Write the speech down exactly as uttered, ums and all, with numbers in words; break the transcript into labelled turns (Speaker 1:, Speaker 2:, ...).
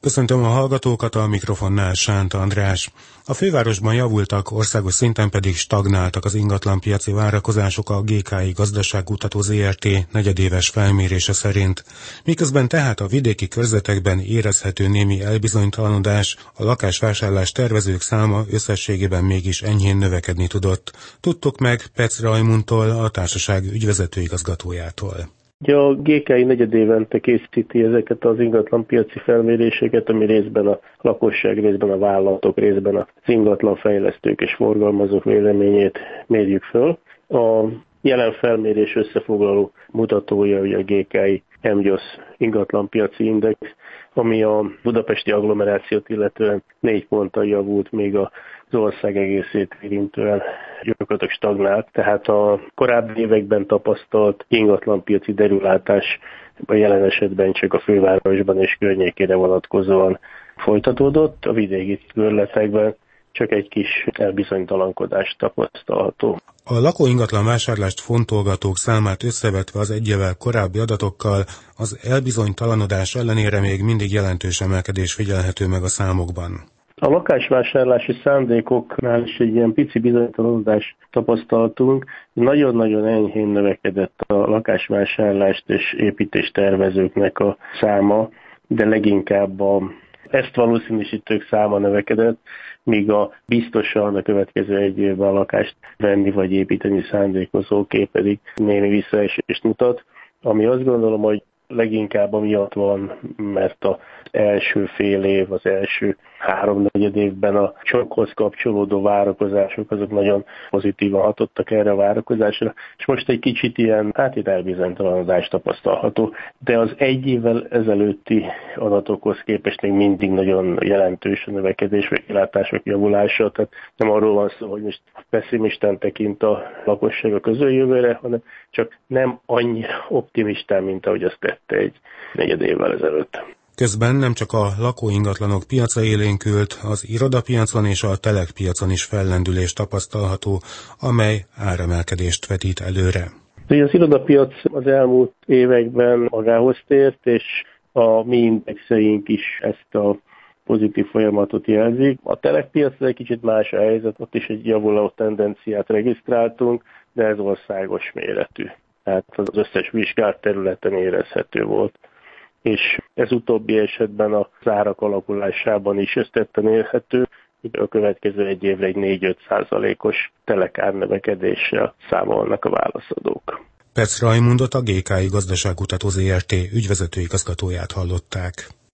Speaker 1: Köszöntöm a hallgatókat, a mikrofonnál Sánta András. A fővárosban javultak, országos szinten pedig stagnáltak az ingatlanpiaci várakozások a gé ká i Gazdaságkutató zé er té negyedéves felmérése szerint. Miközben tehát a vidéki körzetekben érezhető némi elbizonytalanodás, a lakásvásárlás tervezők száma összességében mégis enyhén növekedni tudott. Tudtuk meg Petsz Rajmundtól, a társaság ügyvezető igazgatójától.
Speaker 2: Ugye a gé ká i negyedévente készíti ezeket az ingatlanpiaci felméréseket, ami részben a lakosság, részben a vállalatok, részben az ingatlanfejlesztők és forgalmazók véleményét mérjük föl. A jelen felmérés összefoglaló mutatója ugye a gé ká i em gyosz ingatlanpiaci index, ami a budapesti agglomerációt illetően négy ponttal javult, még az ország egészét érintően gyakorlatilag stagnált. Tehát a korábbi években tapasztalt ingatlanpiaci derülátás a jelen esetben csak a fővárosban és környékére vonatkozóan folytatódott, a vidéki területekben csak egy kis elbizonytalankodás tapasztalható.
Speaker 1: A lakóingatlan vásárlást fontolgatók számát összevetve az egy évvel korábbi adatokkal, az elbizonytalanodás ellenére még mindig jelentős emelkedés figyelhető meg a számokban.
Speaker 2: A lakásvásárlási szándékoknál is egy ilyen pici bizonytalanodást tapasztaltunk. Nagyon-nagyon enyhén növekedett a lakásvásárlást és építéstervezőknek a száma, de leginkább a ezt valószínűsítők száma növekedett, míg a biztosan a következő egy évben a lakást venni vagy építeni szándékozóké pedig némi visszaesést mutat, ami azt gondolom, hogy leginkább amiatt van, mert az első fél év, az első háromnegyed évben a sokhoz kapcsolódó várakozások azok nagyon pozitívan hatottak erre a várakozásra, és most egy kicsit ilyen átét elbizonytalanodás tapasztalható, de az egy évvel ezelőtti adatokhoz képest még mindig nagyon jelentős a növekedés vagy kilátások javulása, tehát nem arról van szó, hogy most pessimisten tekint a lakosság a közeljövőre, hanem csak nem annyira optimistán, mint ahogy azt tette egy negyed évvel ezelőtt.
Speaker 1: Közben nem csak a lakóingatlanok piaca élénkült, az irodapiacon és a telekpiacon is fellendülés tapasztalható, amely áremelkedést vetít előre.
Speaker 2: Az irodapiac az elmúlt években magához tért, és a mi indexeink is ezt a pozitív folyamatot jelzik. A telekpiac egy kicsit más a helyzet, ott is egy javuló tendenciát regisztráltunk, de ez országos méretű. Tehát az összes vizsgált területen érezhető volt. És ez utóbbi esetben az árak alakulásában is össztetten érhető, hogy a következő egy évre egy négy-öt százalékos telekárnövekedéssel számolnak a válaszadók.
Speaker 1: Petsz Rajmundot, a gé ká i Gazdaságkutató zé er té ügyvezető igazgatóját hallották.